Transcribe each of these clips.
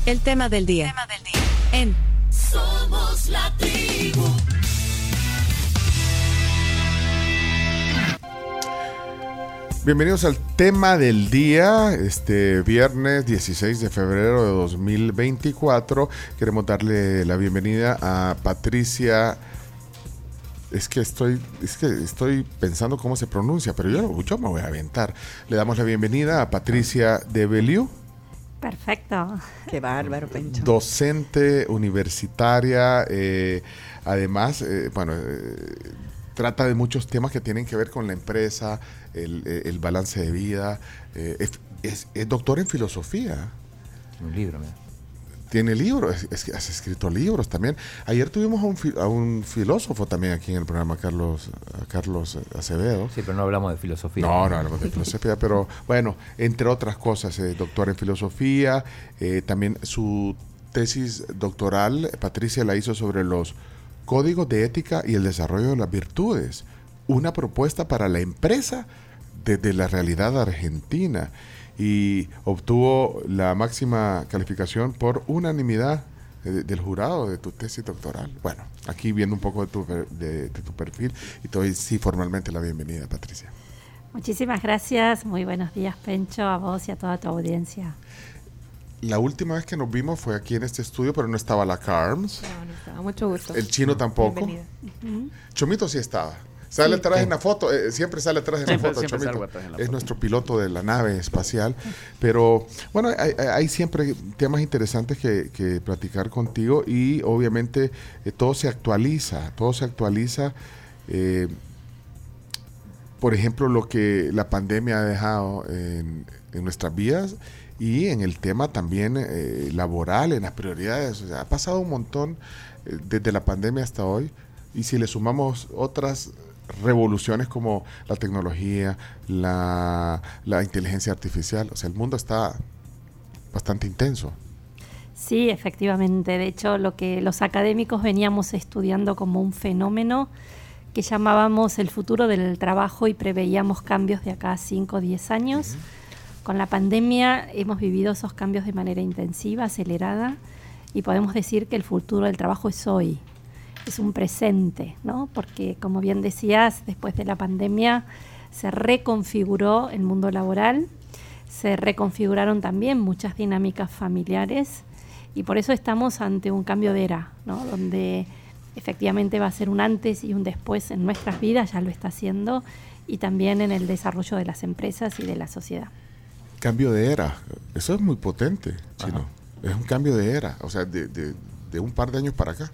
El tema del día. En Somos la tribu. Bienvenidos al tema del día, este viernes 16 de febrero de 2024. Queremos darle la bienvenida a Patricia. Es que estoy pensando cómo se pronuncia, pero yo me voy a aventar. Le damos la bienvenida a Patricia de Beliu. Perfecto. Qué bárbaro, Pencho. Docente universitaria, además, trata de muchos temas que tienen que ver con la empresa, el balance de vida. Es doctor en filosofía. Un libro, ¿no? Tiene libros, es que has escrito libros también. Ayer tuvimos a un filósofo también aquí en el programa, Carlos Acevedo. Sí, pero no hablamos de filosofía. No hablamos de filosofía, pero bueno, entre otras cosas, doctor en filosofía. También su tesis doctoral, Patricia la hizo sobre los códigos de ética y el desarrollo de las virtudes. Una propuesta para la empresa desde la realidad argentina. Y obtuvo la máxima calificación por unanimidad del jurado de tu tesis doctoral. Bueno, aquí viendo un poco de tu perfil y te doy formalmente la bienvenida, Patricia. Muchísimas gracias, muy buenos días, Pencho, a vos y a toda tu audiencia. La última vez que nos vimos fue aquí en este estudio, pero no estaba la Carms. No estaba, mucho gusto. El chino tampoco. Chomito sí estaba. Sale atrás en la foto, siempre sale atrás en la foto, Chomito. Es nuestro piloto de la nave espacial. Pero bueno, hay siempre temas interesantes que platicar contigo y obviamente todo se actualiza. Por ejemplo, lo que la pandemia ha dejado en nuestras vidas y en el tema también laboral, en las prioridades. O sea, ha pasado un montón desde la pandemia hasta hoy. Y si le sumamos otras revoluciones como la tecnología, la inteligencia artificial, o sea, el mundo está bastante intenso. Sí, efectivamente. De hecho, lo que los académicos veníamos estudiando como un fenómeno que llamábamos el futuro del trabajo y preveíamos cambios de acá a 5 o 10 años. Con la pandemia hemos vivido esos cambios de manera intensiva, acelerada, y podemos decir que el futuro del trabajo es hoy. Es un presente, ¿no? Porque, como bien decías, después de la pandemia se reconfiguró el mundo laboral, se reconfiguraron también muchas dinámicas familiares y por eso estamos ante un cambio de era, ¿no? Donde efectivamente va a ser un antes y un después en nuestras vidas, ya lo está haciendo, y también en el desarrollo de las empresas y de la sociedad. Cambio de era, eso es muy potente, Chino. Es un cambio de era, o sea, de un par de años para acá.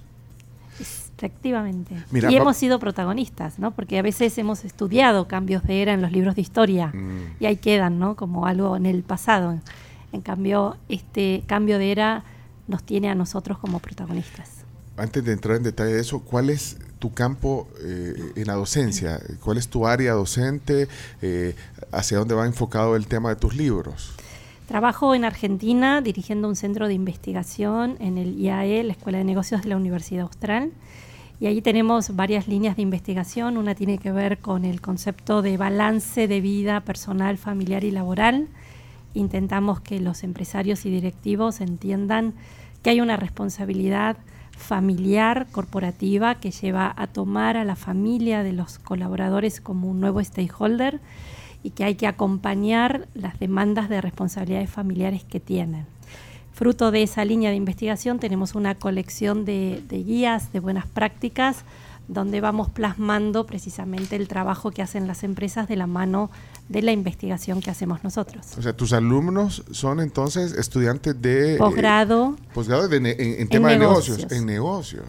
Efectivamente. Mira, y hemos sido protagonistas, ¿no? Porque a veces hemos estudiado cambios de era en los libros de historia y ahí quedan, ¿no? Como algo en el pasado. En cambio, este cambio de era nos tiene a nosotros como protagonistas. Antes de entrar en detalle de eso, ¿cuál es tu campo en la docencia? ¿Cuál es tu área docente? ¿Hacia dónde va enfocado el tema de tus libros? Trabajo en Argentina dirigiendo un centro de investigación en el IAE, la Escuela de Negocios de la Universidad Austral. Y ahí tenemos varias líneas de investigación. Una tiene que ver con el concepto de balance de vida personal, familiar y laboral. Intentamos que los empresarios y directivos entiendan que hay una responsabilidad familiar, corporativa, que lleva a tomar a la familia de los colaboradores como un nuevo stakeholder y que hay que acompañar las demandas de responsabilidades familiares que tienen. Fruto de esa línea de investigación tenemos una colección de guías, de buenas prácticas, donde vamos plasmando precisamente el trabajo que hacen las empresas de la mano de la investigación que hacemos nosotros. O sea, tus alumnos son entonces estudiantes de posgrado en tema de negocios. En negocios.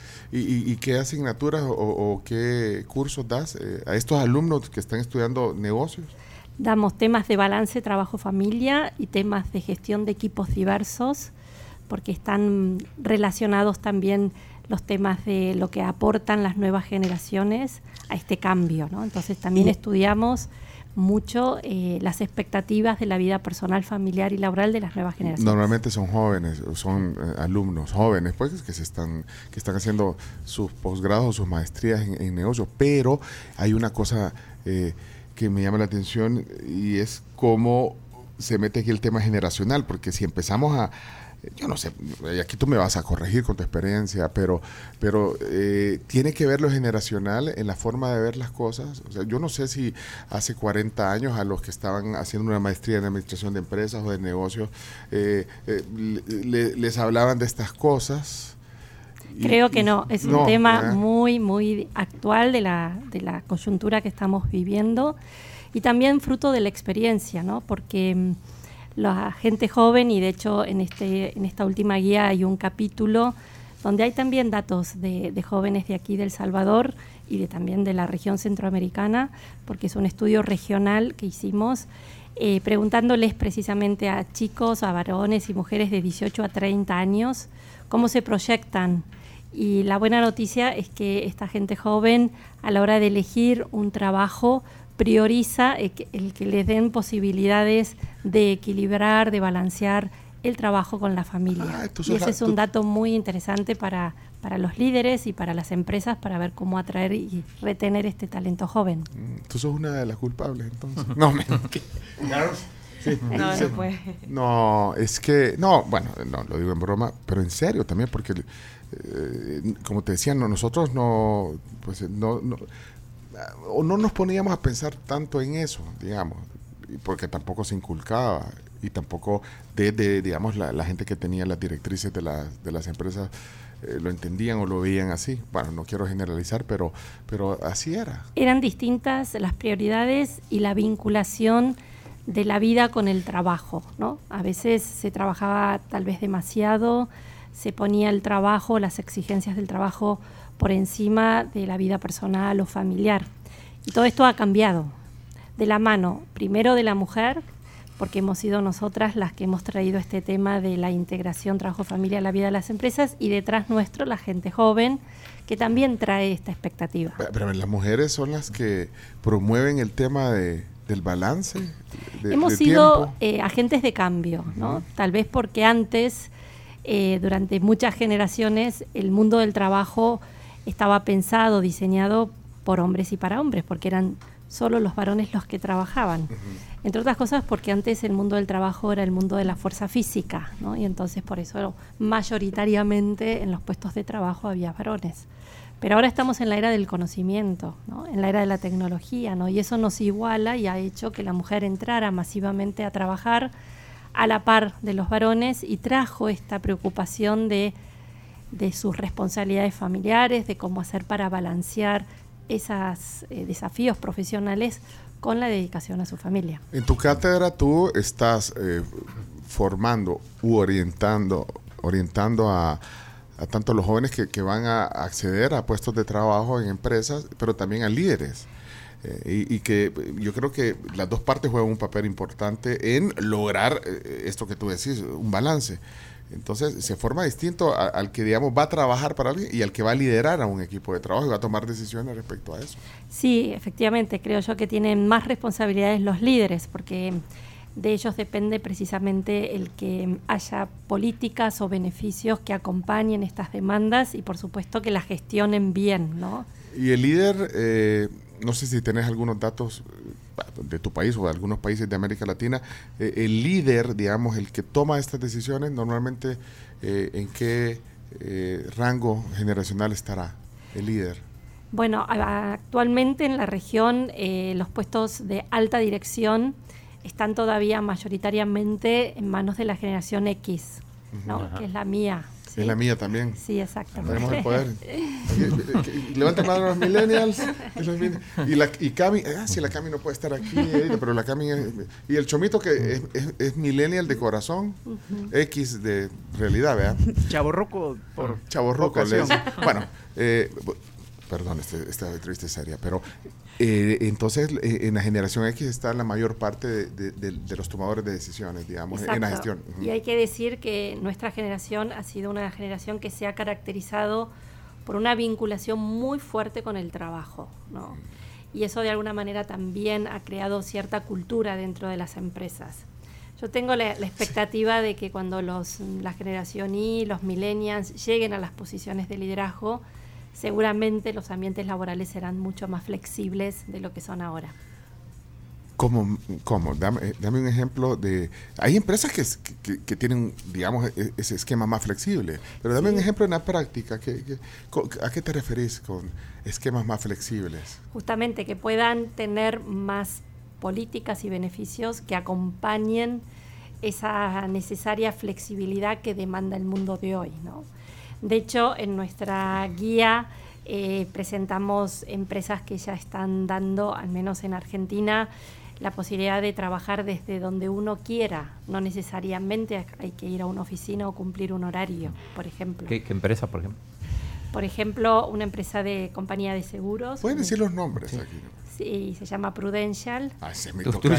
¿Y qué asignaturas o qué cursos das a estos alumnos que están estudiando negocios? Damos temas de balance trabajo-familia y temas de gestión de equipos diversos, porque están relacionados también los temas de lo que aportan las nuevas generaciones a este cambio, ¿no? Entonces también estudiamos mucho las expectativas de la vida personal, familiar y laboral de las nuevas generaciones. Normalmente son jóvenes, son alumnos jóvenes, pues que están haciendo sus posgrados, sus maestrías en negocios, pero hay una cosa que me llama la atención y es cómo se mete aquí el tema generacional, porque si empezamos yo no sé, aquí tú me vas a corregir con tu experiencia, pero tiene que ver lo generacional en la forma de ver las cosas. O sea, yo no sé si hace 40 años a los que estaban haciendo una maestría en administración de empresas o de negocios les hablaban de estas cosas. Creo que no, es un tema muy, muy actual de la coyuntura que estamos viviendo y también fruto de la experiencia, ¿no? Porque la gente joven, y de hecho en esta última guía hay un capítulo donde hay también datos de jóvenes de aquí de El Salvador y también de la región centroamericana, porque es un estudio regional que hicimos preguntándoles precisamente a chicos, a varones y mujeres de 18 a 30 años cómo se proyectan. Y la buena noticia es que esta gente joven, a la hora de elegir un trabajo, prioriza el que les den posibilidades de equilibrar, de balancear el trabajo con la familia. Y ese es un dato muy interesante para los líderes y para las empresas para ver cómo atraer y retener este talento joven. Tú sos una de las culpables, entonces. No, sí. No, no puede. No, es que, no, lo digo en broma, pero en serio también, porque como te decía, nosotros no nos poníamos a pensar tanto en eso, digamos, porque tampoco se inculcaba y tampoco digamos, la gente que tenía las directrices de las empresas lo entendían o lo veían así. Bueno, no quiero generalizar, pero así era. Eran distintas las prioridades y la vinculación de la vida con el trabajo, ¿no? A veces se trabajaba tal vez demasiado, se ponía el trabajo, las exigencias del trabajo por encima de la vida personal o familiar. Y todo esto ha cambiado de la mano, primero de la mujer, porque hemos sido nosotras las que hemos traído este tema de la integración trabajo-familia a la vida de las empresas, y detrás nuestro la gente joven que también trae esta expectativa. Pero las mujeres son las que promueven el tema del balance. Hemos sido agentes de cambio, ¿no? Tal vez porque antes, durante muchas generaciones, el mundo del trabajo estaba pensado, diseñado por hombres y para hombres, porque eran solo los varones los que trabajaban. Entre otras cosas porque antes el mundo del trabajo era el mundo de la fuerza física, ¿no? Y entonces por eso mayoritariamente en los puestos de trabajo había varones. Pero ahora estamos en la era del conocimiento, ¿no? En la era de la tecnología, ¿no? Y eso nos iguala y ha hecho que la mujer entrara masivamente a trabajar a la par de los varones, y trajo esta preocupación de sus responsabilidades familiares, de cómo hacer para balancear esos desafíos profesionales con la dedicación a su familia. En tu cátedra tú estás formando u orientando a tanto los jóvenes que van a acceder a puestos de trabajo en empresas, pero también a líderes. Y que yo creo que las dos partes juegan un papel importante en lograr esto que tú decís, un balance. Entonces se forma distinto al que, digamos, va a trabajar para alguien y al que va a liderar a un equipo de trabajo y va a tomar decisiones respecto a eso. Sí, efectivamente, creo yo que tienen más responsabilidades los líderes, porque de ellos depende precisamente el que haya políticas o beneficios que acompañen estas demandas y por supuesto que las gestionen bien, ¿no? Y el líder, no sé si tenés algunos datos de tu país o de algunos países de América Latina, el líder, digamos, el que toma estas decisiones, normalmente, ¿en qué rango generacional estará el líder? Bueno, actualmente en la región los puestos de alta dirección están todavía mayoritariamente en manos de la generación X, ¿no? Que es la mía. ¿Sí? Es la mía también. Sí, exactamente. Tenemos el poder. Levanta mano a los millennials. Y Cami, si la Cami no puede estar aquí, pero la Cami y el Chomito que es millennial de corazón, X de realidad, ¿verdad? Chavorruco por Chavorruco. Bueno, perdón, esta entrevista es seria, pero entonces en la generación X está la mayor parte de los tomadores de decisiones, digamos, en la gestión. Y hay que decir que nuestra generación ha sido una generación que se ha caracterizado por una vinculación muy fuerte con el trabajo, ¿no? Y eso de alguna manera también ha creado cierta cultura dentro de las empresas. Yo tengo la expectativa de que cuando la generación Y, los millennials, lleguen a las posiciones de liderazgo, seguramente los ambientes laborales serán mucho más flexibles de lo que son ahora. ¿Cómo? Dame un ejemplo de... Hay empresas que tienen, digamos, ese esquema más flexible, pero dame un ejemplo en la práctica. ¿A qué te referís con esquemas más flexibles? Justamente que puedan tener más políticas y beneficios que acompañen esa necesaria flexibilidad que demanda el mundo de hoy, ¿no? De hecho, en nuestra guía presentamos empresas que ya están dando, al menos en Argentina, la posibilidad de trabajar desde donde uno quiera. No necesariamente hay que ir a una oficina o cumplir un horario, por ejemplo. ¿Qué empresa, por ejemplo? Por ejemplo, una empresa de compañía de seguros. ¿Pueden decir los nombres aquí? Sí, se llama Prudential. Se me toca.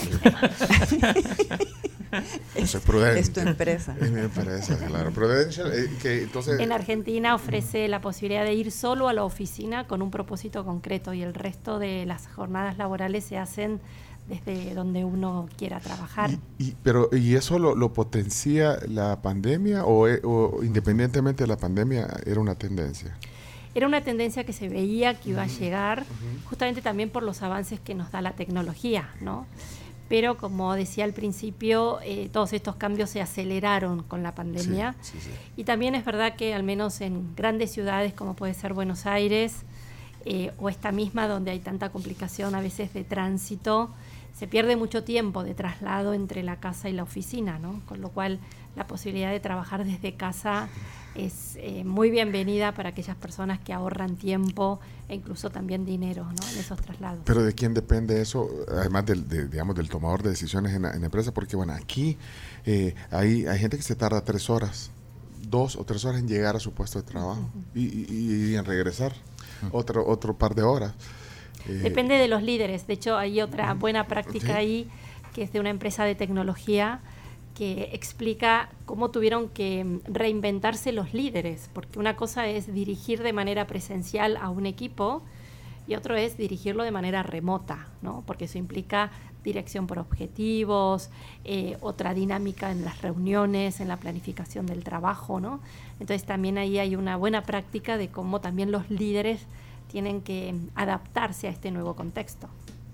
Yo soy prudente. Es tu empresa. Es mi empresa, claro. Prudential, entonces... En Argentina ofrece la posibilidad de ir solo a la oficina con un propósito concreto y el resto de las jornadas laborales se hacen desde donde uno quiera trabajar. ¿Y eso lo potencia la pandemia o independientemente de la pandemia era una tendencia? Era una tendencia que se veía que iba a llegar, justamente también por los avances que nos da la tecnología, ¿no? Pero como decía al principio, todos estos cambios se aceleraron con la pandemia. Sí. Y también es verdad que al menos en grandes ciudades como puede ser Buenos Aires o esta misma donde hay tanta complicación a veces de tránsito, se pierde mucho tiempo de traslado entre la casa y la oficina, ¿no? Con lo cual la posibilidad de trabajar desde casa es muy bienvenida para aquellas personas que ahorran tiempo e incluso también dinero, ¿no? En esos traslados. Pero ¿de quién depende eso? Además del tomador de decisiones en la empresa, porque bueno, aquí hay gente que se tarda 3 horas, 2 o 3 horas en llegar a su puesto de trabajo y en regresar otro par de horas. Depende de los líderes. De hecho, hay otra buena práctica ahí, que es de una empresa de tecnología que explica cómo tuvieron que reinventarse los líderes, porque una cosa es dirigir de manera presencial a un equipo y otro es dirigirlo de manera remota, ¿no? Porque eso implica dirección por objetivos, otra dinámica en las reuniones, en la planificación del trabajo, ¿no? Entonces también ahí hay una buena práctica de cómo también los líderes tienen que adaptarse a este nuevo contexto.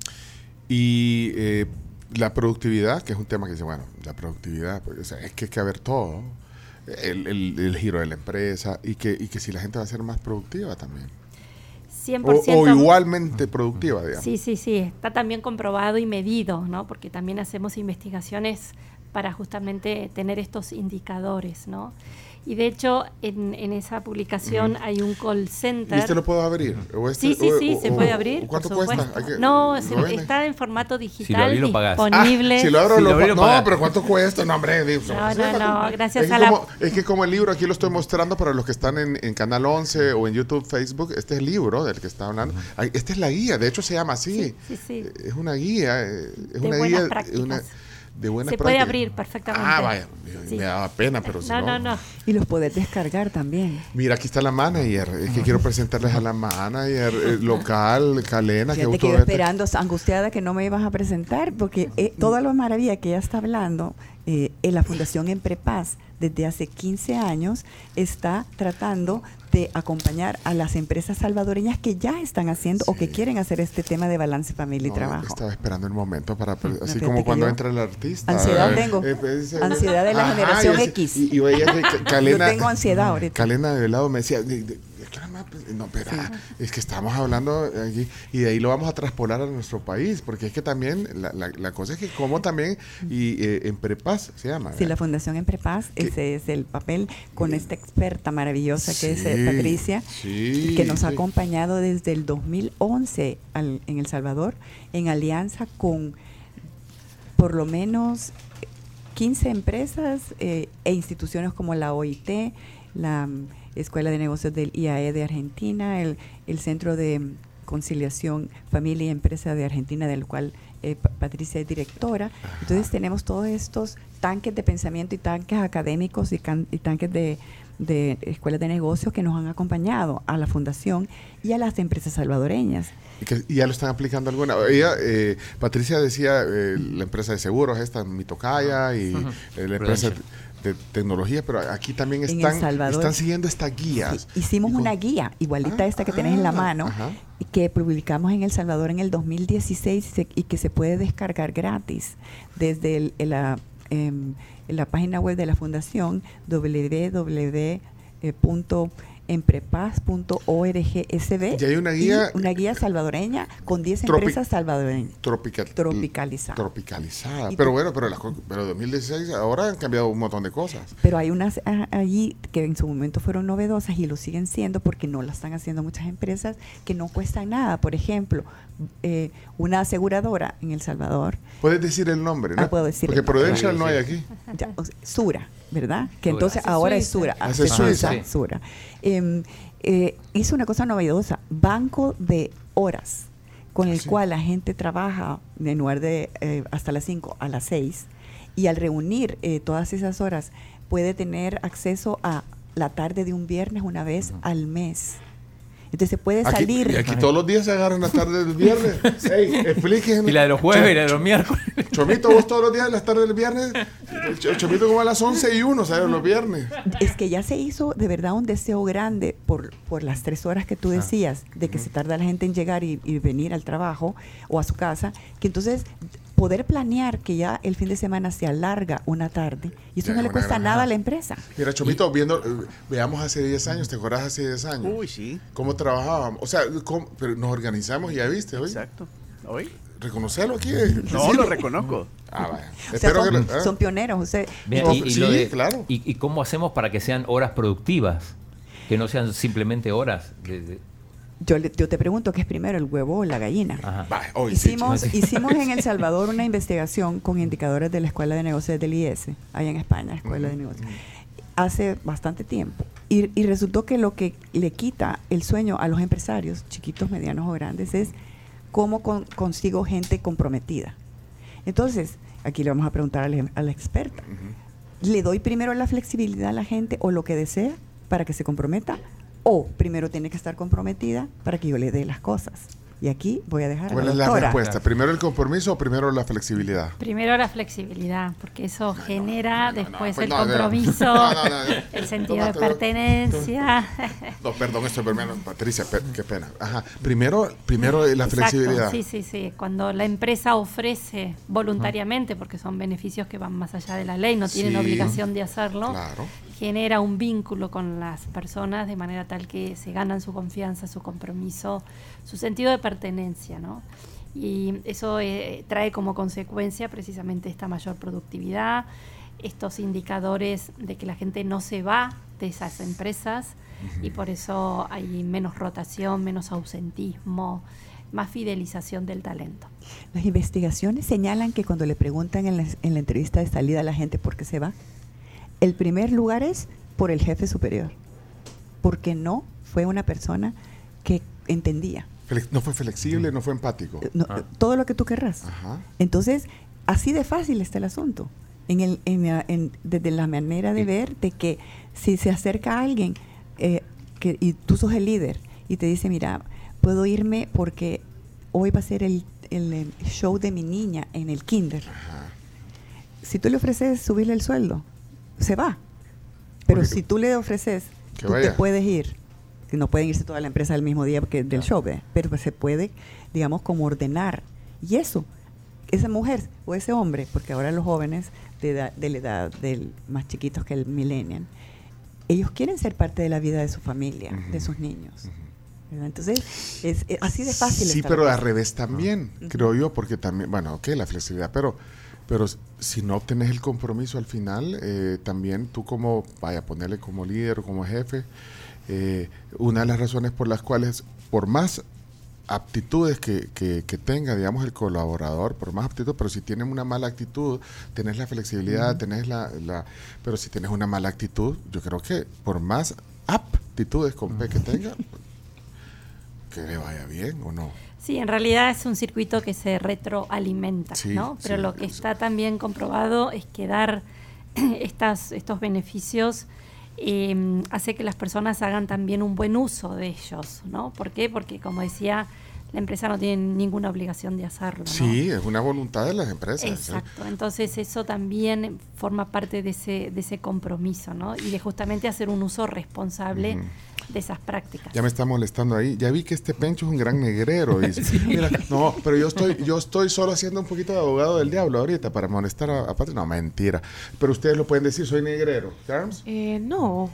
Y la productividad, que es un tema que dice, bueno, la productividad, pues, o sea, es que hay que ver todo, el giro de la empresa y que si la gente va a ser más productiva también. 100%. O igualmente productiva, digamos. Sí, está también comprobado y medido, ¿no? Porque también hacemos investigaciones para justamente tener estos indicadores, ¿no? Y de hecho, en esa publicación hay un call center. ¿Y este lo puedo abrir? Sí, se puede abrir. ¿Cuánto cuesta? No, está en formato digital, si lo abrí, disponible. Si lo abro, no, pero ¿cuánto cuesta? No, hombre. No, gracias Es que como el libro, aquí lo estoy mostrando para los que están en Canal 11 o en YouTube, Facebook, este es el libro del que está hablando. Esta es la guía, de hecho se llama así. Sí. Es una guía. Es una buenas guía prácticas. De buena se práctica. puede abrir perfectamente. Vaya, me daba pena, pero si no. Y los puedes descargar también. Mira, aquí está la manager. Es que quiero presentarles a la manager local, Kalena. Fíjate que yo esperando, angustiada, que no me ibas a presentar, porque toda la maravilla que ella está hablando, en la Fundación Emprepaz, desde hace 15 años, está tratando de acompañar a las empresas salvadoreñas que ya están haciendo o que quieren hacer este tema de balance familia y trabajo. Estaba esperando el momento para así como cuando entra el artista. Ansiedad tengo. Ansiedad de la generación X. Y veía que Kalena, yo tengo ansiedad ahorita. Kalena de velado me decía, no, pero es que estamos hablando aquí y de ahí lo vamos a traspolar a nuestro país, porque es que también la cosa es que como también Emprepaz se llama. Sí, la Fundación Emprepaz, ese es el papel con esta experta maravillosa que es Patricia, que nos ha acompañado desde el 2011 en El Salvador, en alianza con por lo menos 15 empresas e instituciones como la OIT, la Escuela de Negocios del IAE de Argentina, el Centro de Conciliación Familia y Empresa de Argentina, del cual Patricia es directora. Entonces tenemos todos estos tanques de pensamiento y tanques académicos y tanques de escuelas de negocios que nos han acompañado a la fundación y a las empresas salvadoreñas. ¿Y ya lo están aplicando alguna? Ella, Patricia decía, la empresa de seguros, esta mi tocaya, y la empresa de tecnología, pero aquí también están siguiendo estas guías. Sí, hicimos una guía igualita a esta que tenés en la mano, que publicamos en El Salvador en el 2016 y que se puede descargar gratis desde la página web de la fundación www.emprepaz.org/sb. Y hay una guía salvadoreña con 10 empresas salvadoreñas tropicalizada. Pero bueno, pero 2016 ahora han cambiado un montón de cosas. Pero hay unas allí que en su momento fueron novedosas y lo siguen siendo porque no la están haciendo muchas empresas, que no cuestan nada. Por ejemplo, una aseguradora en El Salvador. Puedes decir el nombre, ¿no? Puedo decir. Porque Prudential no hay aquí. Ya, Sura, ¿verdad? Que entonces ahora es Sura. Sura. Hizo una cosa novedosa, banco de horas, con el cual la gente trabaja en lugar de hasta las 5 a las 6, y al reunir todas esas horas puede tener acceso a la tarde de un viernes una vez al mes. Entonces se puede salir. Y aquí todos los días se agarran las tardes del viernes. Hey, explíquenme. Y la de los jueves y la de los miércoles. Chomito, vos todos los días las tardes del viernes. Chomito como a las 11:01, ¿sabes? Los viernes. Es que ya se hizo de verdad un deseo grande por las 3 horas que tú decías, de que se tarda la gente en llegar y venir al trabajo o a su casa, que entonces poder planear que ya el fin de semana se alarga una tarde y eso no le cuesta nada a la empresa. Mira, Chomito, veamos hace 10 años, ¿te acuerdas hace 10 años? Uy, sí. ¿Cómo trabajábamos? O sea, pero nos organizamos y ya viste hoy. Exacto. ¿Hoy? ¿Reconocerlo aquí? No, lo reconozco. Vaya. O sea, son pioneros. Usted. Bien, claro. ¿Y cómo hacemos para que sean horas productivas? Que no sean simplemente horas Yo te pregunto, ¿qué es primero, el huevo o la gallina? Hicimos en El Salvador una investigación con indicadores de la Escuela de Negocios del IES, allá en España, Escuela de Negocios, hace bastante tiempo. Y resultó que lo que le quita el sueño a los empresarios, chiquitos, medianos o grandes, es cómo consigo gente comprometida. Entonces, aquí le vamos a preguntar a la experta. ¿Le doy primero la flexibilidad a la gente o lo que desea para que se comprometa? ¿O primero tiene que estar comprometida para que yo le dé las cosas? Y aquí voy a dejar a la doctora. ¿Cuál es la respuesta? ¿Primero el compromiso o primero la flexibilidad? Primero la flexibilidad, porque eso genera después el compromiso, el sentido de pertenencia. No, perdón, esto primero, Patricia, qué pena. Ajá. Primero la flexibilidad. Sí. Cuando la empresa ofrece voluntariamente, porque son beneficios que van más allá de la ley, no tienen obligación de hacerlo, genera un vínculo con las personas de manera tal que se ganan su confianza, su compromiso, su sentido de pertenencia, ¿no? Y eso trae como consecuencia precisamente esta mayor productividad, estos indicadores de que la gente no se va de esas empresas y por eso hay menos rotación, menos ausentismo, más fidelización del talento. Las investigaciones señalan que cuando le preguntan en la entrevista de salida a la gente por qué se va, el primer lugar es por el jefe superior, porque no fue una persona que entendía. No fue flexible, no fue empático. Todo lo que tú querrás. Entonces, así de fácil está el asunto. Desde la manera de ver de que si se acerca a alguien y tú sos el líder y te dice, mira, puedo irme porque hoy va a ser el show de mi niña en el kinder. Si tú le ofreces subirle el sueldo, se va. Pero si tú le ofreces, tú te puedes ir. No pueden irse toda la empresa al mismo día porque del show, pero pues se puede, digamos, como ordenar. Y eso, esa mujer o ese hombre, porque ahora los jóvenes de la edad del más chiquitos que el millennial, ellos quieren ser parte de la vida de su familia, de sus niños. ¿Verdad? Entonces, es así de fácil. Sí, pero al revés también, creo yo, porque también, bueno, la flexibilidad, pero si no obtenés el compromiso al final, también tú ponerle como líder o como jefe, una de las razones por las cuales, por más aptitudes que tenga, digamos, el colaborador, por más aptitud, pero si tienes una mala actitud, tenés la flexibilidad, tenés pero si tienes una mala actitud, yo creo que por más aptitudes con P que tenga, que le vaya bien o no. Sí, en realidad es un circuito que se retroalimenta, ¿no? Pero lo que está también comprobado es que dar estos beneficios hace que las personas hagan también un buen uso de ellos, ¿no? ¿Por qué? Porque, como decía, la empresa no tiene ninguna obligación de hacerlo, ¿no? Sí, es una voluntad de las empresas. Exacto, entonces eso también forma parte de ese compromiso, ¿no? Y de justamente hacer un uso responsable de esas prácticas. Ya me está molestando ahí. Ya vi que este Pencho es un gran negrero. Dice. Sí. Mira, no, pero yo estoy solo haciendo un poquito de abogado del diablo ahorita para molestar a Patricia. No, mentira. Pero ustedes lo pueden decir, soy negrero. ¿Carms? No.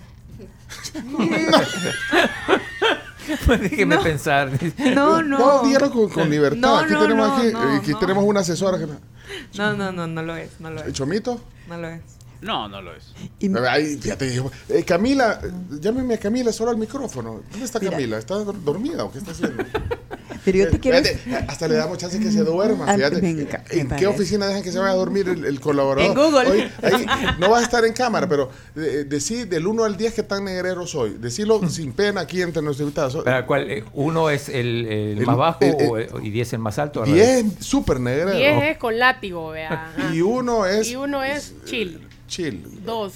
Pues déjeme pensar. No, dígalo con libertad. No, aquí tenemos una asesora que... No lo es. ¿Chomito? No lo es. No lo es. Ay, fíjate, Camila, llámeme a Camila solo al micrófono. ¿Dónde está Camila? ¿Está dormida o qué está haciendo? Pero yo te quiero... hasta le damos chance que se duerma. Fíjate, ¿en qué oficina dejan que se vaya a dormir el colaborador? En Google. Oye, ahí, no vas a estar en cámara, pero decí del 1 al 10 qué tan negrero soy. Decilo sin pena aquí entre nuestros invitados. ¿Cuál? ¿1 es el más bajo y 10 el más alto? 10 súper negrero. 10 es con látigo, vea. Y 1 es... Y 1 es chill. 2.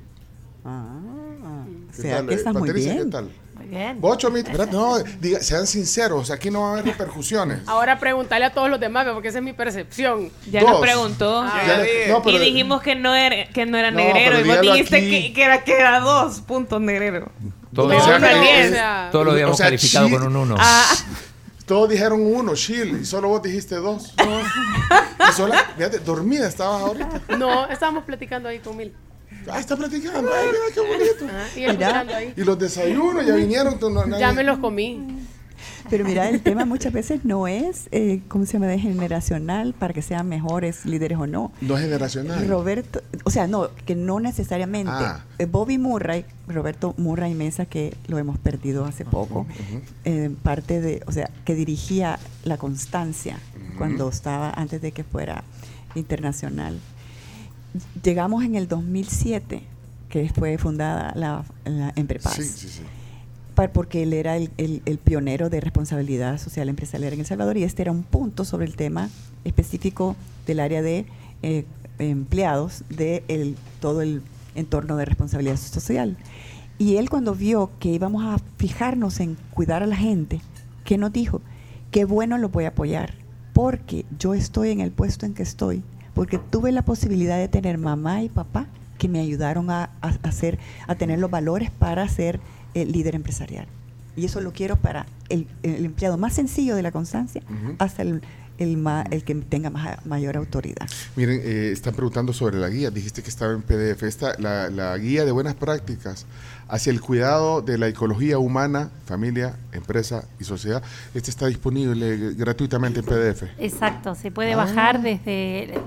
O sea, que estás muy Patricia, bien. ¿qué tal? Muy bien. Vos, Chomito, no, sean sinceros, aquí no va a haber repercusiones. Ahora preguntarle a todos los demás, porque esa es mi percepción. Ya nos preguntó. Y dijimos que no era negrero. Y vos dijiste que era 2 puntos negrero. Todos lo habíamos calificado con un 1. Todos dijeron 1, chill, y solo vos dijiste 2. Y fíjate, dormida estabas ahorita. No, estábamos platicando ahí con Mil. Está platicando. Ay, mira qué bonito. Y escuchando ahí. Y los desayunos ya vinieron. Ya me los comí. Pero mira, el tema muchas veces no es, ¿cómo se llama?, de generacional para que sean mejores líderes o no. No es generacional. Roberto, o sea, no, que no necesariamente. Bobby Murray, Roberto Murray Mesa, que lo hemos perdido hace poco, parte de, o sea, que dirigía La Constancia cuando estaba, antes de que fuera internacional. Llegamos en el 2007, que fue fundada la Emprepaz. Sí. Porque él era el pionero de responsabilidad social empresarial en El Salvador, y este era un punto sobre el tema específico del área de empleados de todo el entorno de responsabilidad social. Y él, cuando vio que íbamos a fijarnos en cuidar a la gente, ¿qué nos dijo? Qué bueno, lo voy a apoyar, porque yo estoy en el puesto en que estoy, porque tuve la posibilidad de tener mamá y papá que me ayudaron a tener los valores para ser líder empresarial. Y eso lo quiero para el empleado más sencillo de La Constancia hasta el que tenga mayor autoridad. Miren, están preguntando sobre la guía. Dijiste que estaba en PDF. La guía de buenas prácticas hacia el cuidado de la ecología humana, familia, empresa y sociedad. Está disponible gratuitamente en PDF. Exacto, se puede bajar desde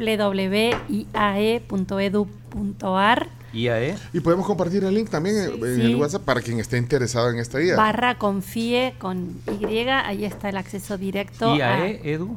www.iae.edu.ar. IAE. Y podemos compartir el link también en el WhatsApp para quien esté interesado en esta guía. /confie con Y, ahí está el acceso directo. IAE, Edu.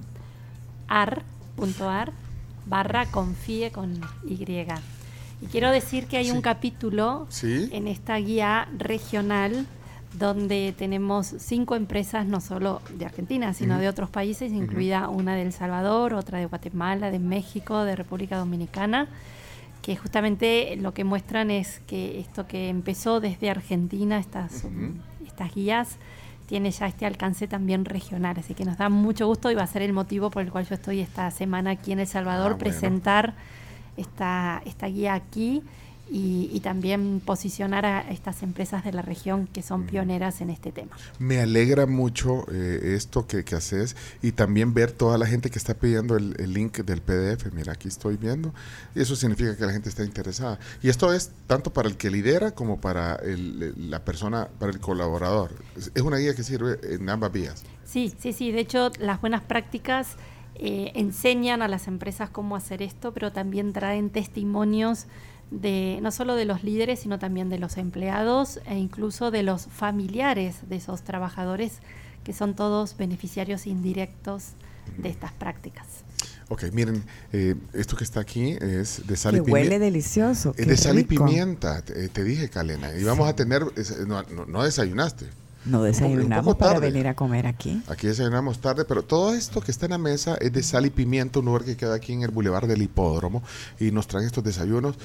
.ar /confie con Y. Y quiero decir que hay un capítulo en esta guía regional donde tenemos 5 empresas, no solo de Argentina, sino de otros países, incluida una de El Salvador, otra de Guatemala, de México, de República Dominicana, que justamente lo que muestran es que esto que empezó desde Argentina, estas guías, tiene ya este alcance también regional. Así que nos da mucho gusto y va a ser el motivo por el cual yo estoy esta semana aquí en El Salvador, presentar esta guía aquí y también posicionar a estas empresas de la región que son pioneras en este tema. Me alegra mucho esto que haces, y también ver toda la gente que está pidiendo el link del PDF. Mira, aquí estoy viendo, y eso significa que la gente está interesada. Y esto es tanto para el que lidera como para la persona, para el colaborador. Es una guía que sirve en ambas vías. Sí. De hecho, las buenas prácticas enseñan a las empresas cómo hacer esto, pero también traen testimonios no solo de los líderes, sino también de los empleados e incluso de los familiares de esos trabajadores, que son todos beneficiarios indirectos de estas prácticas. Ok, miren, esto que está aquí es de sal y pimienta. Huele delicioso. Es de sal y pimienta, te dije, Kalena. Y vamos a tener, no desayunaste. No desayunamos para venir a comer aquí. Aquí desayunamos tarde, pero todo esto que está en la mesa es de Sal y Pimienta, un lugar que queda aquí en el Boulevard del Hipódromo, y nos traen estos desayunos.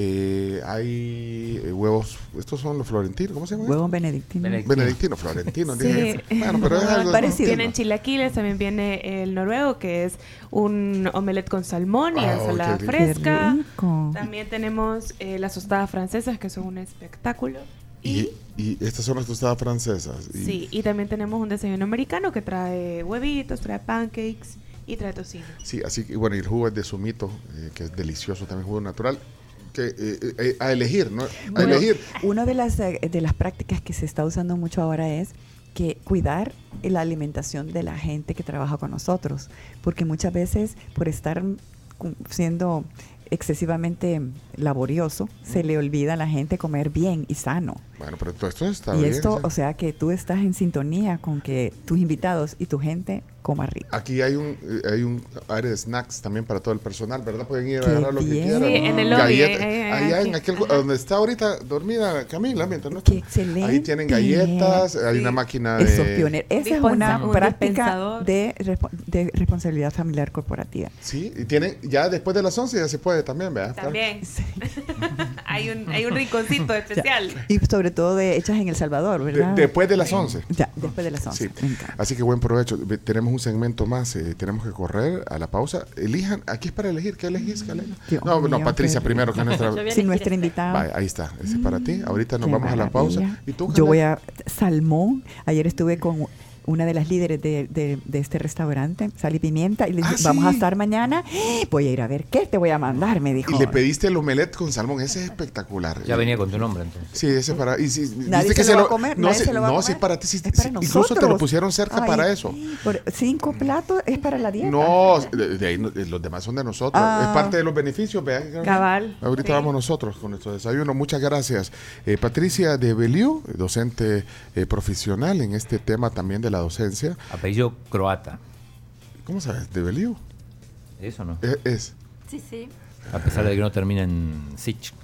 Hay huevos, estos son los florentinos, ¿cómo se llaman? Huevos benedictinos. Benedictino, florentino. Sí. Bueno, pero es algo parecido. Tienen chilaquiles, también viene el noruego, que es un omelette con salmón y ensalada fresca. También tenemos las tostadas francesas, que son un espectáculo. Y estas son las tostadas francesas. Sí, y también tenemos un desayuno americano que trae huevitos, trae pancakes y trae tocino. Sí, así que bueno, y el jugo es de zumito, que es delicioso, también jugo natural. Que a elegir, ¿no? Elegir. Una de las prácticas que se está usando mucho ahora es que cuidar la alimentación de la gente que trabaja con nosotros, porque muchas veces por estar siendo excesivamente laborioso, se le olvida a la gente comer bien y sano. Bueno, pero todo esto está bien. Y bien. esto, o sea, que tú estás en sintonía con que tus invitados y tu gente coma rico. Aquí hay un área de snacks también para todo el personal, ¿verdad? Pueden ir a agarrar lo que quieran. Sí, en el lobby. Allá en aquel, donde está ahorita dormida Camila, mientras no está. Qué excelente. Ahí tienen galletas, hay una máquina de... Eso, pionero. Esa es una práctica de responsabilidad familiar corporativa. Sí, y tienen, ya después de las 11 ya se puede también, ¿verdad? También. Sí. hay un rinconcito especial. Y sobre todo hechas en El Salvador, ¿verdad? Después de las 11. Ya, después de las 11. Sí. Así que buen provecho. Tenemos un segmento más, tenemos que correr a la pausa. Elijan, aquí es para elegir. ¿Qué elegís, Calena? No, Patricia primero, que es nuestra invitada. Vale, ahí está, ese es para ti. Ahorita nos vamos a la pausa. ¿Y tú, yo voy a salmón. Ayer estuve con una de las líderes de este restaurante, Sal y Pimienta, y le dije, vamos a estar mañana, voy a ir a ver qué te voy a mandar, me dijo. Y le pediste el omelette con salmón, ese es espectacular. Ya venía con tu nombre entonces. Sí, ese para... Y si, nadie se lo va a comer, no, se lo va a comer. Si es para ti, es para nosotros. Incluso te lo pusieron cerca para eso. 5 platos es para la dieta. No, de ahí, los demás son de nosotros. Es parte de los beneficios, vean. Cabal. Ahorita vamos nosotros con nuestro desayuno. Muchas gracias. Patricia de Beliú, docente profesional en este tema también de la docencia. Apellido croata. ¿Cómo sabes? ¿De Beliú? ¿Eso no? Es. Sí. A pesar de que no termina en Sich.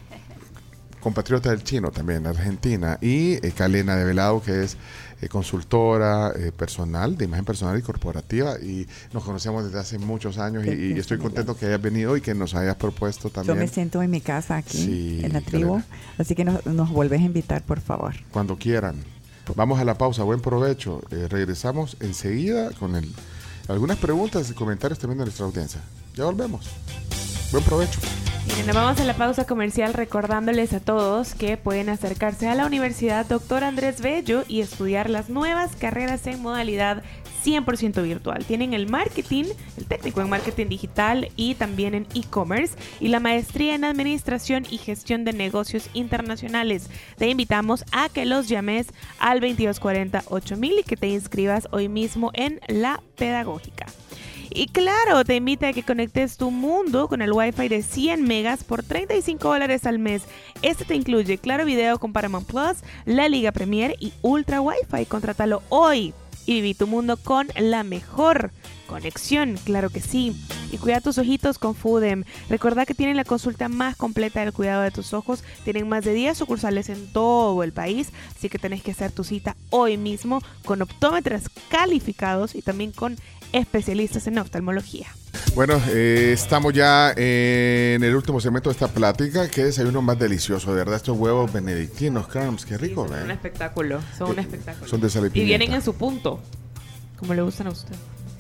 Compatriota del chino también, Argentina. Y Calena de Velado, que es consultora personal, de imagen personal y corporativa. Y nos conocemos desde hace muchos años y estoy contento que hayas venido y que nos hayas propuesto también. Yo me siento en mi casa aquí, en la tribu. Calena. Así que nos vuelves a invitar, por favor. Cuando quieran. Vamos a la pausa, buen provecho. Regresamos enseguida con algunas preguntas y comentarios también de nuestra audiencia. Ya volvemos. Buen provecho. Miren, nos vamos a la pausa comercial recordándoles a todos que pueden acercarse a la Universidad Dr. Andrés Bello y estudiar las nuevas carreras en modalidad 100% virtual. Tienen el marketing, el técnico en marketing digital y también en e-commerce y la maestría en administración y gestión de negocios internacionales. Te invitamos a que los llames al 2240-8000 y que te inscribas hoy mismo en la pedagógica. Y claro, te invita a que conectes tu mundo con el Wi-Fi de 100 megas por $35 al mes. Este te incluye Claro Video con Paramount Plus, la Liga Premier y Ultra Wi-Fi. Contrátalo hoy y viví tu mundo con la mejor conexión, claro que sí. Y cuida tus ojitos con Foodem. Recuerda que tienen la consulta más completa del cuidado de tus ojos. Tienen más de 10 sucursales en todo el país, así que tenés que hacer tu cita hoy mismo con optómetras calificados y también con especialistas en oftalmología. Bueno, estamos ya en el último segmento de esta plática. Qué desayuno más delicioso, de verdad, estos huevos benedictinos, crumbs, qué rico, son un espectáculo, son un espectáculo. Son de sal y pimienta. Y vienen en su punto, como le gustan a usted.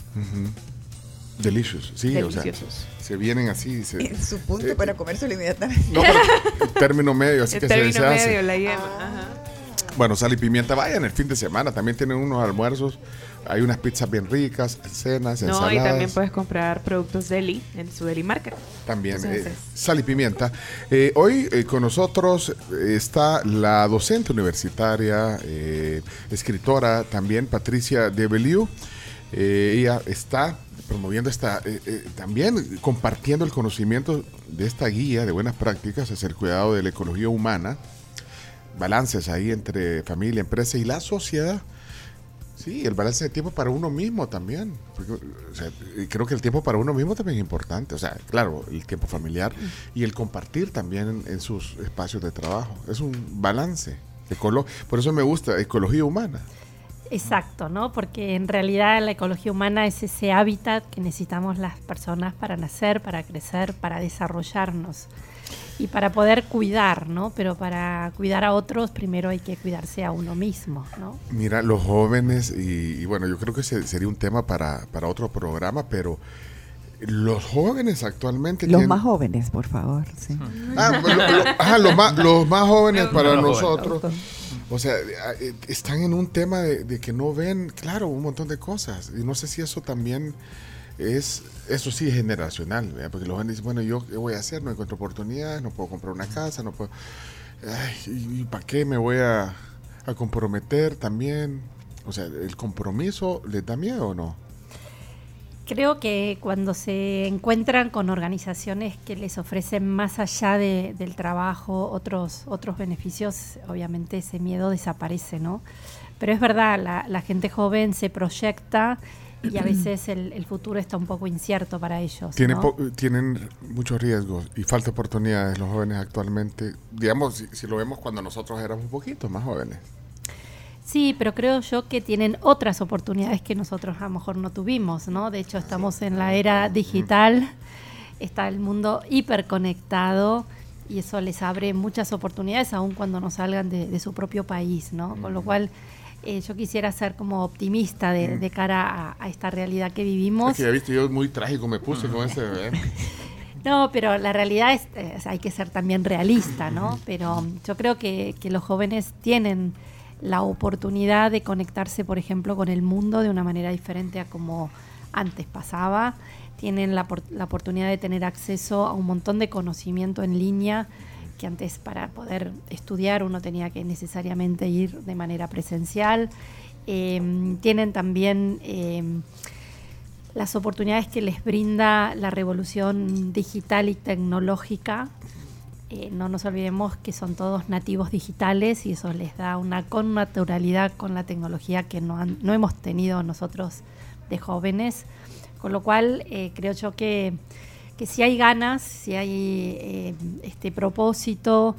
Delicious, sí, deliciosos. O sea, se vienen así. En su punto para comérselo inmediatamente. No, pero término medio, así que se hace. Término medio, la yema. Ajá. Bueno, sal y pimienta, vayan el fin de semana, también tienen unos almuerzos, hay unas pizzas bien ricas, cenas, ensaladas. No, y también puedes comprar productos deli en su deli market. También, sal y pimienta. Hoy con nosotros está la docente universitaria, escritora también, Patricia de Beliú. Ella está promoviendo también compartiendo el conocimiento de esta guía de buenas prácticas hacia el cuidado de la ecología humana, balances ahí entre familia, empresa y la sociedad. Sí, el balance de tiempo para uno mismo también. Porque, o sea, creo que el tiempo para uno mismo también es importante. O sea, claro, el tiempo familiar y el compartir también en sus espacios de trabajo. Es un balance. Por eso me gusta ecología humana. Exacto, ¿no? Porque en realidad la ecología humana es ese hábitat que necesitamos las personas para nacer, para crecer, para desarrollarnos y para poder cuidar, ¿no? Pero para cuidar a otros primero hay que cuidarse a uno mismo, ¿no? Mira, los jóvenes, y bueno, yo creo que sería un tema para otro programa, pero los jóvenes actualmente... Los más jóvenes, por favor. Sí. Los más jóvenes para Los nosotros. O sea, están en un tema de que no ven, claro, un montón de cosas. Y no sé si eso también eso sí es generacional, ¿verdad? Porque los jóvenes dicen, bueno, ¿yo qué voy a hacer? No encuentro oportunidades, no puedo comprar una casa, no puedo... ¿y para qué me voy a comprometer también? O sea, ¿el compromiso les da miedo o no? Creo que cuando se encuentran con organizaciones que les ofrecen más allá del trabajo otros beneficios, obviamente ese miedo desaparece, ¿no? Pero es verdad, la gente joven se proyecta y a veces el futuro está un poco incierto para ellos, ¿no? Tienen muchos riesgos y falta oportunidades los jóvenes actualmente, digamos, si lo vemos cuando nosotros éramos un poquito más jóvenes. Sí, pero creo yo que tienen otras oportunidades que nosotros a lo mejor no tuvimos, ¿no? De hecho, estamos en la era digital, está el mundo hiperconectado y eso les abre muchas oportunidades aun cuando no salgan de su propio país, ¿no? Con lo cual yo quisiera ser como optimista de cara a esta realidad que vivimos. Es que ya viste, yo muy trágico me puse con ese bebé. No, pero la realidad es hay que ser también realista, ¿no? Pero yo creo que los jóvenes tienen la oportunidad de conectarse, por ejemplo, con el mundo de una manera diferente a como antes pasaba. Tienen la oportunidad de tener acceso a un montón de conocimiento en línea que antes para poder estudiar uno tenía que necesariamente ir de manera presencial. Tienen también las oportunidades que les brinda la revolución digital y tecnológica. No nos olvidemos que son todos nativos digitales y eso les da una connaturalidad con la tecnología que no hemos tenido nosotros de jóvenes, con lo cual creo yo que si hay ganas, si hay este propósito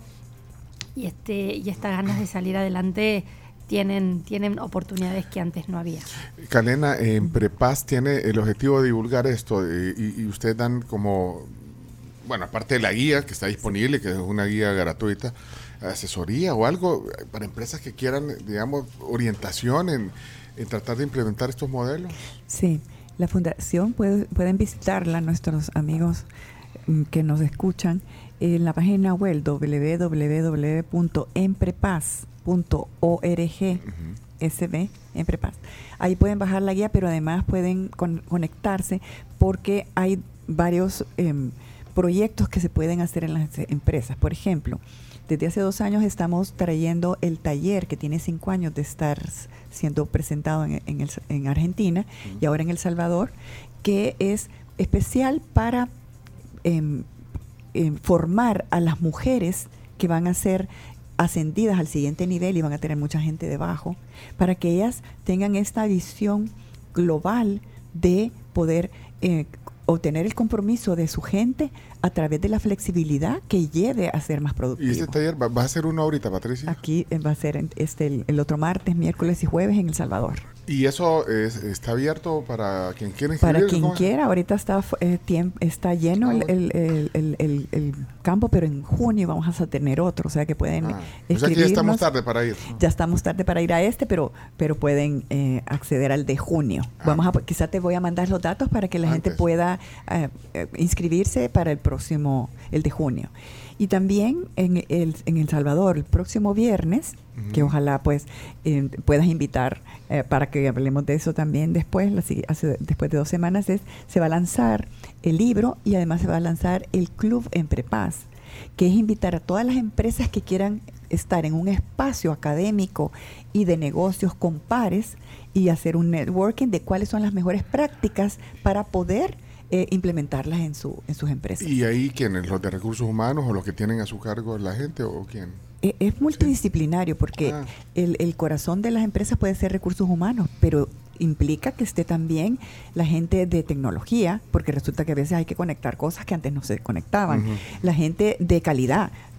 y estas ganas de salir adelante, tienen oportunidades que antes no había. Kalena, en Prepaz tiene el objetivo de divulgar esto y ustedes dan como... Bueno, aparte de la guía que está disponible, que es una guía gratuita, asesoría o algo para empresas que quieran, digamos, orientación en tratar de implementar estos modelos. Sí, la fundación pueden visitarla nuestros amigos que nos escuchan en la página web www.emprepaz.org. SB, Emprepaz. Ahí pueden bajar la guía, pero además pueden conectarse porque hay varios proyectos que se pueden hacer en las empresas. Por ejemplo, desde hace 2 años estamos trayendo el taller que tiene 5 años de estar siendo presentado en Argentina y ahora en El Salvador, que es especial para formar a las mujeres que van a ser ascendidas al siguiente nivel y van a tener mucha gente debajo, para que ellas tengan esta visión global de poder obtener el compromiso de su gente a través de la flexibilidad que lleve a ser más productivo. ¿Y este taller va a ser uno ahorita, Patricia? Aquí va a ser el otro martes, miércoles y jueves en El Salvador. ¿Y eso está abierto para quien quiera inscribirse? Para quien quiera. Ahorita está lleno el campo, pero en junio vamos a tener otro, o sea que pueden escribirnos. O sea que ya estamos tarde para ir. Ya estamos tarde para ir a pero pueden acceder al de junio. Quizá te voy a mandar los datos para que la gente pueda inscribirse para el próximo, el de junio. Y también en El Salvador, el próximo viernes, que ojalá pues puedas invitar para que hablemos de eso también después, después de 2 semanas, se va a lanzar el libro y además se va a lanzar el Club Emprepaz, que es invitar a todas las empresas que quieran estar en un espacio académico y de negocios con pares y hacer un networking de cuáles son las mejores prácticas para poder implementarlas en sus empresas. ¿Y ahí quiénes? ¿Los de recursos humanos o los que tienen a su cargo la gente o quién? Es multidisciplinario porque el corazón de las empresas puede ser recursos humanos, pero implica que esté también la gente de tecnología, porque resulta que a veces hay que conectar cosas que antes no se conectaban. La gente de calidad,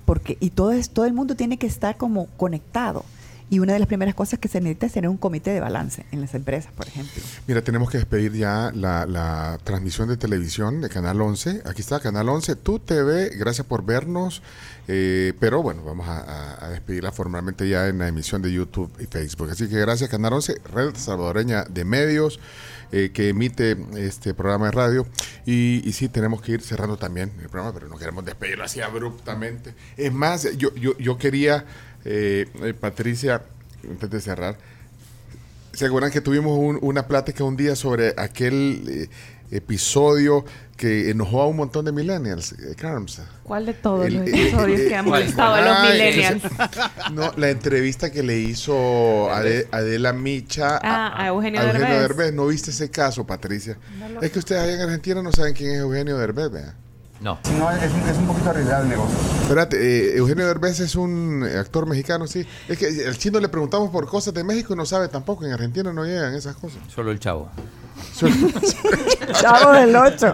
y todo el mundo tiene que estar como conectado. Y una de las primeras cosas que se necesita es tener un comité de balance en las empresas, por ejemplo. Mira, tenemos que despedir ya la transmisión de televisión de Canal 11. Aquí está Canal 11, Tu TV. Gracias por vernos. Pero bueno, vamos a despedirla formalmente ya en la emisión de YouTube y Facebook. Así que gracias, Canal 11, Red Salvadoreña de Medios, que emite este programa de radio. Y sí, tenemos que ir cerrando también el programa, pero no queremos despedirlo así abruptamente. Es más, yo quería... Patricia, antes de cerrar, ¿se acuerdan que tuvimos una plática un día sobre aquel episodio que enojó a un montón de millennials? ¿Cuál de todos los episodios que han molestado a los millennials? No, la entrevista que le hizo Adela Micha a Eugenio Derbez. ¿No viste ese caso, Patricia? Es que ustedes allá en Argentina no saben quién es Eugenio Derbez, ¿verdad? No. No, es un poquito arriesgado el negocio. Espérate, Eugenio Derbez es un actor mexicano, sí. Es que al chino le preguntamos por cosas de México y no sabe tampoco. En Argentina no llegan esas cosas. Solo el Chavo. Chavo del 8.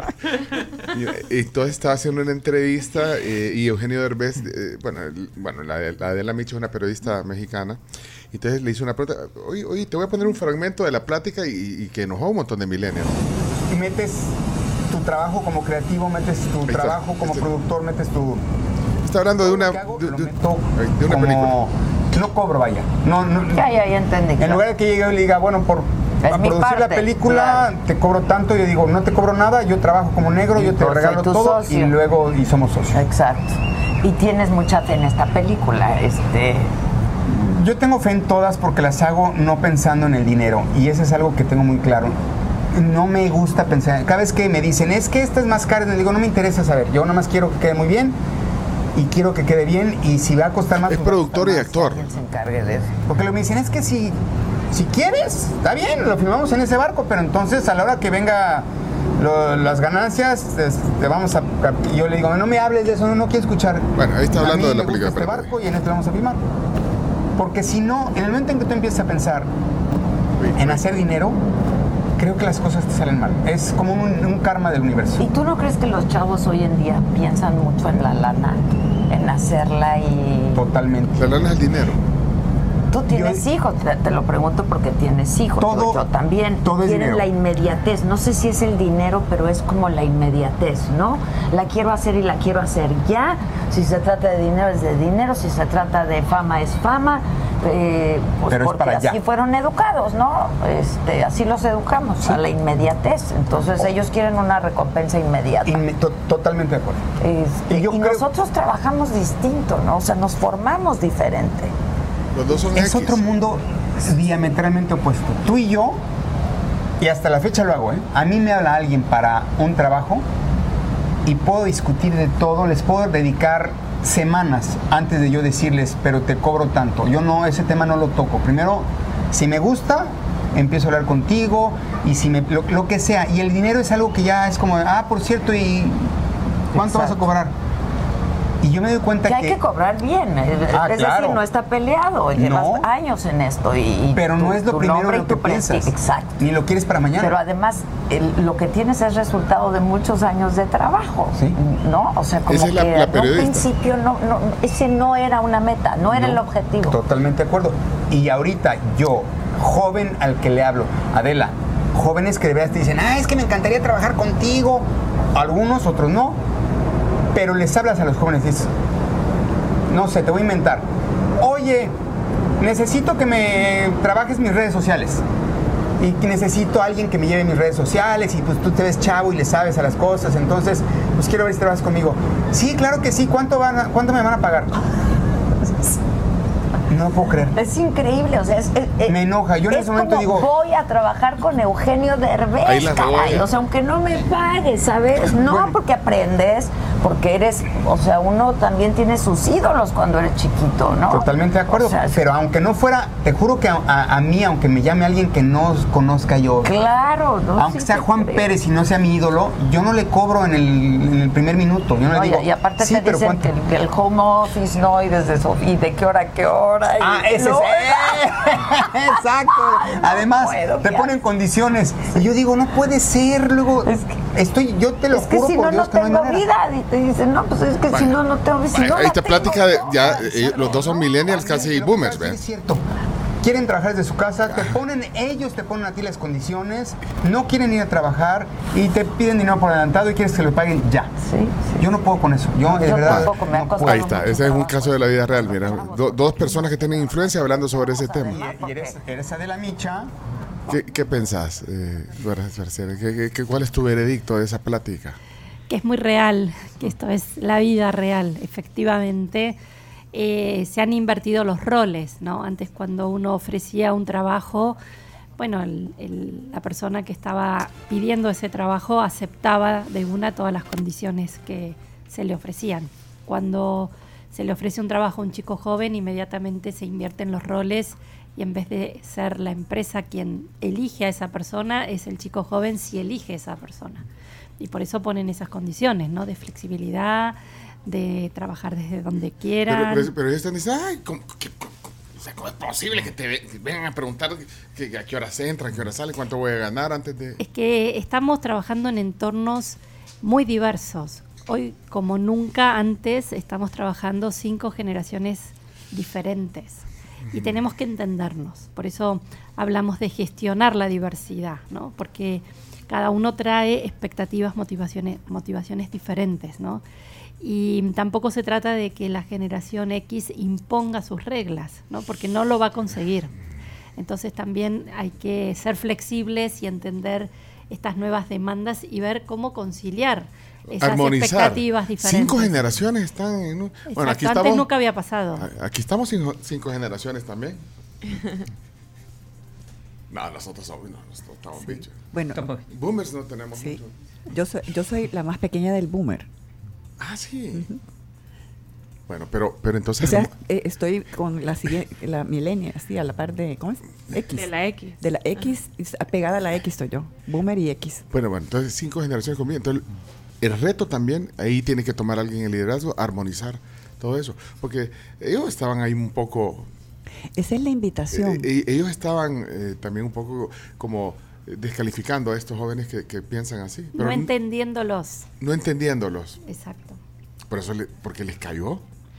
Y entonces estaba haciendo una entrevista y Eugenio Derbez, la de la Micha es una periodista mexicana. Y entonces le hizo una pregunta. Oye, te voy a poner un fragmento de la plática y que enojó a un montón de millennials. Y metes tu trabajo como creativo, metes tu trabajo como productor, metes tu... Está hablando de una película. No cobro, vaya. No, ya entendí. En lugar de que llegue y le diga, bueno, por producir la película, claro, te cobro tanto, yo digo, no te cobro nada, yo trabajo como negro, yo te regalo todo socio. y somos socios. Exacto. Y tienes mucha fe en esta película, Yo tengo fe en todas porque las hago no pensando en el dinero, y eso es algo que tengo muy claro. No me gusta pensar, cada vez que me dicen, es que esta es más cara, les digo, no me interesa saber, yo nada más quiero que quede muy bien y quiero que quede bien, y si va a costar más... Es productor y actor. ¿Quién se encargue de eso? Porque me dicen, es que si quieres, está bien, lo filmamos en ese barco, pero entonces a la hora que venga las ganancias, te vamos a... Y yo le digo, no me hables de eso, no quiero escuchar. Bueno, ahí está hablando de la película. Este barco y en este vamos a filmar. Porque si no, en el momento en que tú empiezas a pensar en hacer dinero, creo que las cosas te salen mal. Es como un karma del universo. ¿Y tú no crees que los chavos hoy en día piensan mucho en la lana? En hacerla y... Totalmente. La lana es el dinero. Tú tienes hijos, te lo pregunto porque tienes hijos. Yo también. Todo es dinero. La inmediatez. No sé si es el dinero, pero es como la inmediatez, ¿no? La quiero hacer y la quiero hacer ya. Si se trata de dinero, es de dinero. Si se trata de fama, es fama. Pues pero porque es así fueron educados, ¿no? Así los educamos, sí, a la inmediatez. Entonces ellos quieren una recompensa inmediata. Totalmente de acuerdo. Y nosotros trabajamos distinto, ¿no? O sea, nos formamos diferente. Los dos son es otro mundo diametralmente opuesto. Tú y yo, y hasta la fecha lo hago, a mí me habla alguien para un trabajo y puedo discutir de todo, les puedo dedicar semanas antes de yo decirles, pero te cobro tanto. Yo no, ese tema no lo toco. Primero, si me gusta, empiezo a hablar contigo y si lo que sea. Y el dinero es algo que ya es como, por cierto, ¿y cuánto vas a cobrar? Y yo me doy cuenta que... hay que cobrar bien. Es claro, decir, no está peleado. Llevas años en esto. Pero no es lo primero lo que piensas. Exacto. Ni lo quieres para mañana. Pero además, lo que tienes es resultado de muchos años de trabajo. ¿Sí? ¿No? O sea, como esa es que la en un principio ese no era una meta, no era el objetivo. Totalmente de acuerdo. Y ahorita yo, joven al que le hablo, Adela, jóvenes que de verdad te dicen, es que me encantaría trabajar contigo. Algunos, otros no. Pero les hablas a los jóvenes y dices, no sé, te voy a inventar. Oye, necesito que me trabajes mis redes sociales. Y que necesito a alguien que me lleve mis redes sociales. Y pues tú te ves chavo y le sabes a las cosas. Entonces, pues quiero ver si trabajas conmigo. Sí, claro que sí. ¿Cuánto me van a pagar? No puedo creer. Es increíble, o sea, me enoja. Yo en ese momento digo, voy a trabajar con Eugenio Derbez, caray. O sea, aunque no me pagues, ¿sabes? No, porque aprendes, porque eres, o sea, uno también tiene sus ídolos cuando eres chiquito, ¿no? Totalmente de acuerdo. O sea, pero aunque no fuera, te juro que a mí, aunque me llame alguien que no conozca yo, claro, ¿no? Aunque sea Juan Pérez y no sea mi ídolo, yo no le cobro en el primer minuto. Yo no le digo, y aparte te dicen que el home office, ¿no? Y desde eso, y de qué hora a qué hora. Ese es. Exacto. Además, te ponen condiciones. Y yo digo, no puede ser. Luego, yo te lo juro por Dios que no hay manera. Es que si no tengo vida, Te dicen, no, pues es que si no tengo... Si no esta plática, los dos son millennials, casi boomers, ¿ves? Es cierto. Quieren trabajar desde su casa, ellos te ponen a ti las condiciones, no quieren ir a trabajar y te piden dinero por adelantado y quieres que lo paguen ya. Sí. Yo no puedo con eso. Yo de verdad. Tampoco, me ha costado ahí está, ese es un caso de la vida real. Mira, Mucho dos personas que tienen influencia hablando sobre ese tema. Y eres Adela Micha. ¿Qué pensás, Marcela? ¿Cuál es tu veredicto de esa plática? Que es muy real, que esto es la vida real, efectivamente. Se han invertido los roles, ¿no? Antes, cuando uno ofrecía un trabajo, bueno, la persona que estaba pidiendo ese trabajo aceptaba de una todas las condiciones que se le ofrecían. Cuando se le ofrece un trabajo a un chico joven, inmediatamente se invierten los roles y en vez de ser la empresa quien elige a esa persona, es el chico joven si elige a esa persona. Y por eso ponen esas condiciones, ¿no? De flexibilidad, de trabajar desde donde quieran. Pero ellos están diciendo, ay, ¿cómo es posible que te vengan a preguntar a qué horas entran, a qué horas salen, cuánto voy a ganar antes de...? Es que estamos trabajando en entornos muy diversos. Hoy, como nunca antes, estamos trabajando 5 generaciones diferentes y tenemos que entendernos. Por eso hablamos de gestionar la diversidad, ¿no? Porque cada uno trae expectativas, motivaciones diferentes, ¿no? Y tampoco se trata de que la generación X imponga sus reglas, ¿no? Porque no lo va a conseguir. Entonces también hay que ser flexibles y entender estas nuevas demandas y ver cómo conciliar esas expectativas diferentes. 5 generaciones están en bueno, aquí estamos, antes nunca había pasado. Aquí estamos 5 generaciones también. No, nosotros estamos bichos. Bueno, boomers no tenemos mucho. Yo soy la más pequeña del boomer. Ah, sí. Uh-huh. Bueno, pero entonces... O sea, estoy con la siguiente, la millennial, sí, a la par de... ¿Cómo es? X. De la X. De la X, pegada a la X estoy yo. Boomer y X. Bueno, entonces 5 generaciones conmigo. Entonces, el reto también, ahí tiene que tomar alguien el liderazgo, armonizar todo eso. Porque ellos estaban ahí un poco... Esa es la invitación. Ellos estaban también un poco como descalificando a estos jóvenes que piensan así. Pero no entendiéndolos. No entendiéndolos. Exacto. Por eso porque les cayó.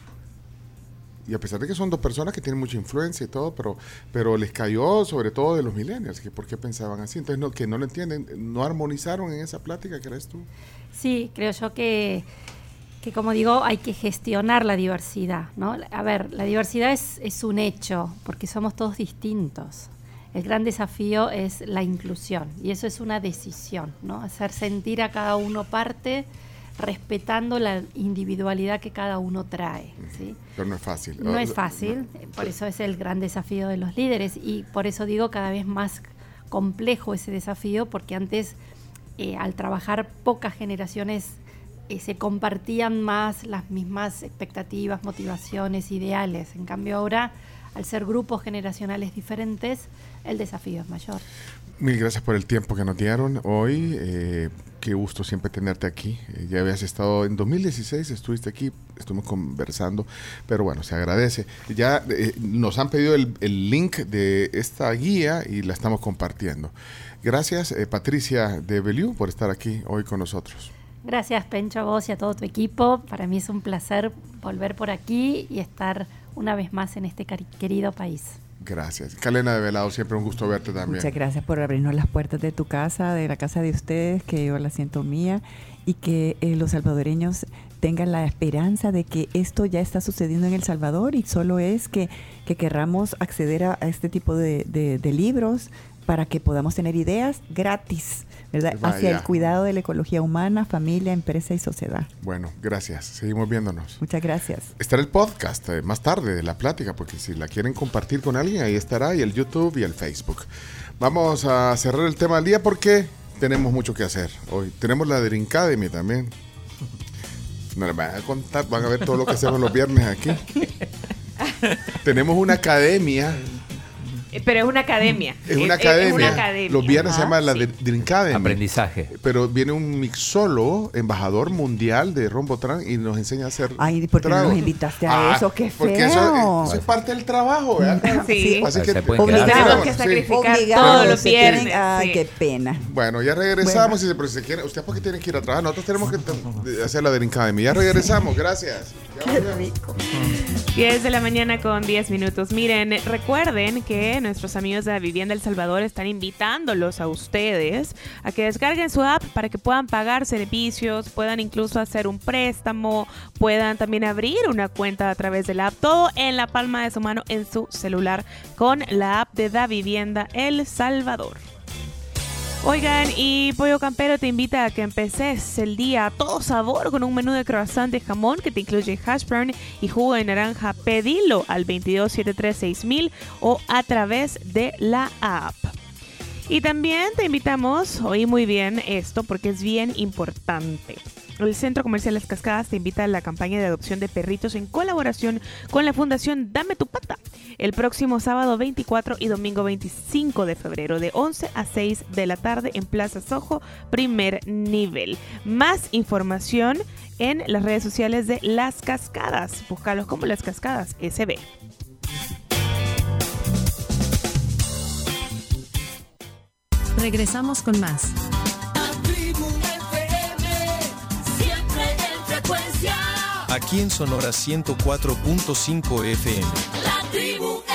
Y a pesar de que son 2 personas que tienen mucha influencia y todo, pero les cayó sobre todo de los millennials, que por qué pensaban así. Entonces, que no lo entienden, no armonizaron en esa plática, ¿crees tú? Sí, creo yo que como digo, hay que gestionar la diversidad, ¿no? A ver, la diversidad es un hecho, porque somos todos distintos. El gran desafío es la inclusión, y eso es una decisión, ¿no? Hacer sentir a cada uno parte, respetando la individualidad que cada uno trae, ¿sí? Pero no es fácil. No es fácil, por eso es el gran desafío de los líderes, y por eso digo cada vez más complejo ese desafío, porque antes, al trabajar pocas generaciones, se compartían más las mismas expectativas, motivaciones, ideales. En cambio ahora, al ser grupos generacionales diferentes, el desafío es mayor. Mil gracias por el tiempo que nos dieron hoy. Qué gusto siempre tenerte aquí. Ya habías estado en 2016, estuviste aquí, estuvimos conversando, pero bueno, se agradece. Ya nos han pedido el link de esta guía y la estamos compartiendo. Gracias, Patricia de Beaulieu, por estar aquí hoy con nosotros. Gracias, Pencho, a vos y a todo tu equipo. Para mí es un placer volver por aquí y estar una vez más en este querido país. Gracias. Calena de Velado, siempre un gusto verte también. Muchas gracias por abrirnos las puertas de tu casa, de la casa de ustedes, que yo la siento mía, y que los salvadoreños tengan la esperanza de que esto ya está sucediendo en El Salvador, y solo es que querramos acceder a este tipo de libros para que podamos tener ideas gratis, ¿verdad? Hacia el cuidado de la ecología humana, familia, empresa y sociedad. Bueno, gracias. Seguimos viéndonos. Muchas gracias. Estará el podcast más tarde de la plática, porque si la quieren compartir con alguien, ahí estará, y el YouTube y el Facebook. Vamos a cerrar el tema del día porque tenemos mucho que hacer hoy. Tenemos la Dream Academy también. No les van a contar, van a ver todo lo que hacemos los viernes aquí. Tenemos una academia Pero es una academia. Es una academia. Es una academia. Los viernes se llama la Sí. Drinkademy. Aprendizaje. Pero viene un mixólogo, embajador mundial de Rombotran, y nos enseña a hacer Ay, ¿por qué no tragos. nos invitaste a eso? ¡Qué Porque feo! eso es parte del trabajo, ¿verdad? Sí. Así que Se pueden Nos quedar. tenemos que Sí. sacrificar Obligados, todos los se tienen- viernes. Ay, Sí. qué pena. Bueno, ya regresamos. Y pero si quieren, ¿usted por qué tiene que ir a trabajar? Nosotros tenemos que hacer la Drinkademy. Ya regresamos, gracias. Ya volvemos. 10 de la mañana con 10 minutos. Miren, recuerden que nuestros amigos de la Vivienda El Salvador están invitándolos a ustedes a que descarguen su app para que puedan pagar servicios, puedan incluso hacer un préstamo, puedan también abrir una cuenta a través de la app, todo en la palma de su mano en su celular con la app de Da Vivienda El Salvador. Oigan, y Pollo Campero te invita a que empeces el día a todo sabor con un menú de croissant de jamón que te incluye hash brown y jugo de naranja. Pedilo al 22736000 o a través de la app. Y también te invitamos, oí muy bien esto porque es bien importante. El Centro Comercial Las Cascadas te invita a la campaña de adopción de perritos en colaboración con la Fundación Dame tu Pata el próximo sábado 24 y domingo 25 de febrero de 11 a 6 de la tarde en Plaza Sojo, primer nivel. Más información en las redes sociales de Las Cascadas. Búscalos como Las Cascadas SB. Regresamos con más. La tribu FM, siempre en frecuencia. Aquí en Sonora 104.5 FM. La tribu